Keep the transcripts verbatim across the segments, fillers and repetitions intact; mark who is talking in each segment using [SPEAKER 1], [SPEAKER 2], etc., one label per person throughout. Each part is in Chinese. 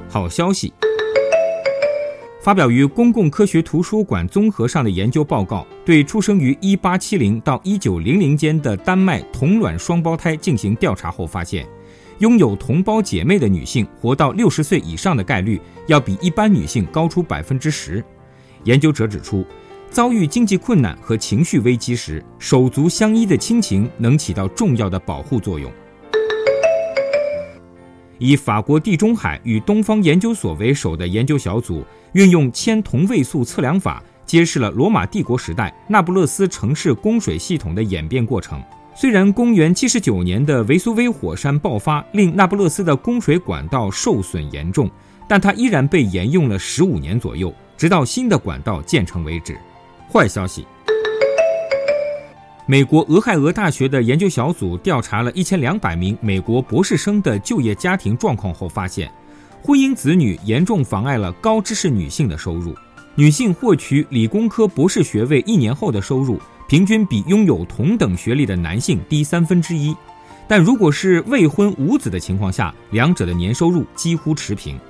[SPEAKER 1] 好消息！发表于公共科学图书馆综合上的研究报告，对出生于一八七零到一九零零间的丹麦同卵双胞胎进行调查后发现，拥有同胞姐妹的女性活到六十岁以上的概率要比一般女性高出百分之十。研究者指出，遭遇经济困难和情绪危机时，手足相依的亲情能起到重要的保护作用。以法国地中海与东方研究所为首的研究小组，运用铅同位素测量法，揭示了罗马帝国时代那不勒斯城市供水系统的演变过程。虽然公元七十九年的维苏威火山爆发令那不勒斯的供水管道受损严重，但它依然被沿用了十五年左右，直到新的管道建成为止。坏消息，美国俄亥俄大学的研究小组调查了一千两百名美国博士生的就业家庭状况后发现，婚姻子女严重妨碍了高知识女性的收入。女性获取理工科博士学位一年后的收入，平均比拥有同等学历的男性低三分之一。但如果是未婚无子的情况下，两者的年收入几乎持平。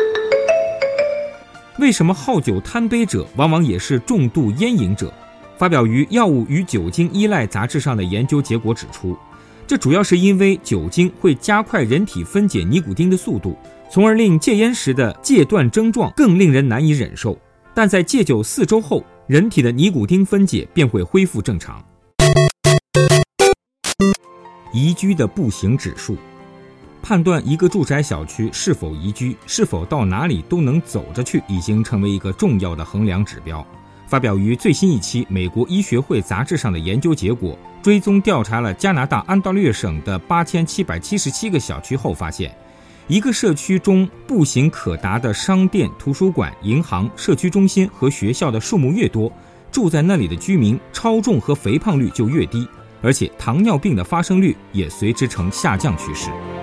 [SPEAKER 1] 为什么好酒贪杯者往往也是重度烟瘾者？发表于《药物与酒精依赖》杂志上的研究结果指出，这主要是因为酒精会加快人体分解尼古丁的速度，从而令戒烟时的戒断症状更令人难以忍受。但在戒酒四周后，人体的尼古丁分解便会恢复正常。宜居的步行指数，判断一个住宅小区是否宜居，是否到哪里都能走着去，已经成为一个重要的衡量指标。发表于最新一期美国医学会杂志上的研究结果，追踪调查了加拿大安大略省的八千七百七十七个小区后发现，一个社区中步行可达的商店、图书馆、银行、社区中心和学校的数目越多，住在那里的居民超重和肥胖率就越低，而且糖尿病的发生率也随之呈下降趋势。